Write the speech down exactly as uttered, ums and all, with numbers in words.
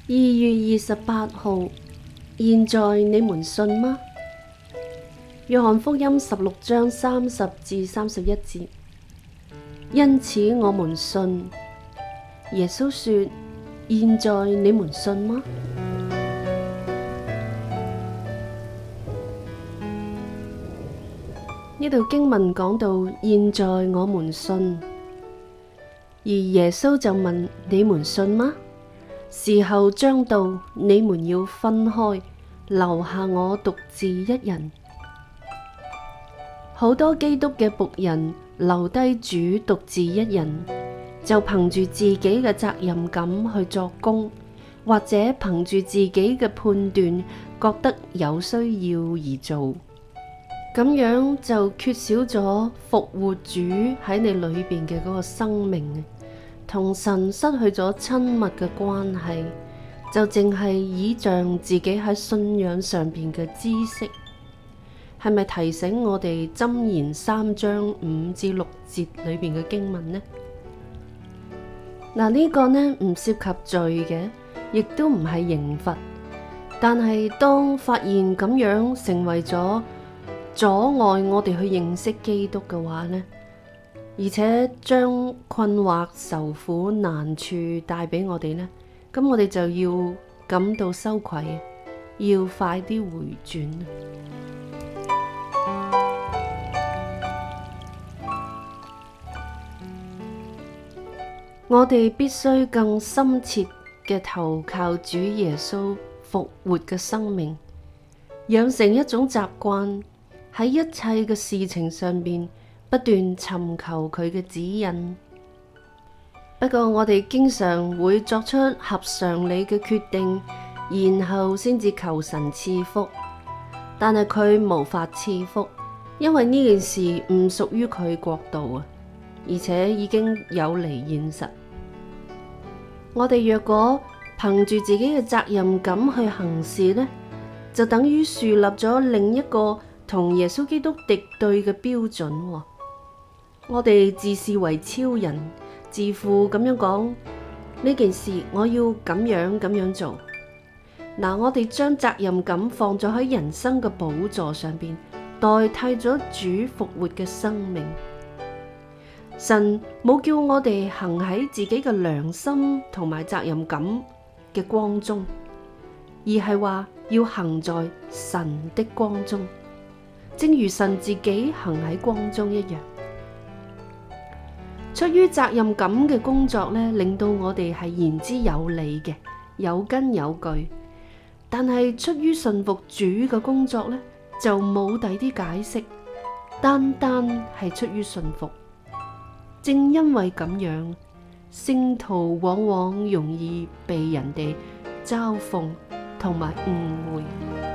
二月二十八號，現在你們信嗎？約翰福音十六章三十至三十一節。因此我們信。耶穌說：現在你們信嗎？呢度經文講到現在我們信，而耶穌就問：你們信嗎？時候將到，你們要分開，留下我獨自一人。好多基督嘅僕人留低主獨自一人，就憑住自己嘅責任感去作工，或者憑住自己嘅判斷覺得有需要而做，咁樣就缺少咗復活主喺你裏邊嘅嗰個生命，同神失去咗親密嘅關係，就淨係倚仗自己喺信仰上邊嘅知識。係咪提醒我哋箴言三章五至六節裏邊嘅經文呢？嗱，呢個呢唔涉及罪嘅，亦都唔係刑罰，但係當發現咁樣成為咗阻礙我哋去認識基督嘅話呢，而且將困惑、愁苦、難處帶俾我哋呢，咁我哋就要感到羞愧，要快啲回轉。我哋必須更深切嘅投靠主耶穌復活嘅生命，養成一種習慣，喺一切嘅事情上邊不斷尋求佢嘅指引。不過我哋經常會作出合常理嘅決定，然後先至求神賜福，但係佢無法賜福，因為呢件事唔屬於佢國度啊，而且已經有離現實。我哋若果憑住自己嘅責任感去行事呢，就等於樹立咗另一個同耶穌基督敵對嘅標準。我哋自視為超人，自負咁樣講，呢件事我要咁樣咁樣做。嗱，我哋將責任感放咗喺人生嘅寶座上邊，代替咗主復活嘅生命。神冇叫我哋行喺自己嘅良心同埋責任感嘅光中，而係話要行在神的光中，正如神自己行喺光中一樣。出於責任感嘅工作呢，令到我哋係言之有理嘅，有根有據，但係出於順服主嘅工作呢，就冇第啲解釋，單單係出於順服。正因為咁樣，聖徒往往容易被人哋嘲諷同埋誤會。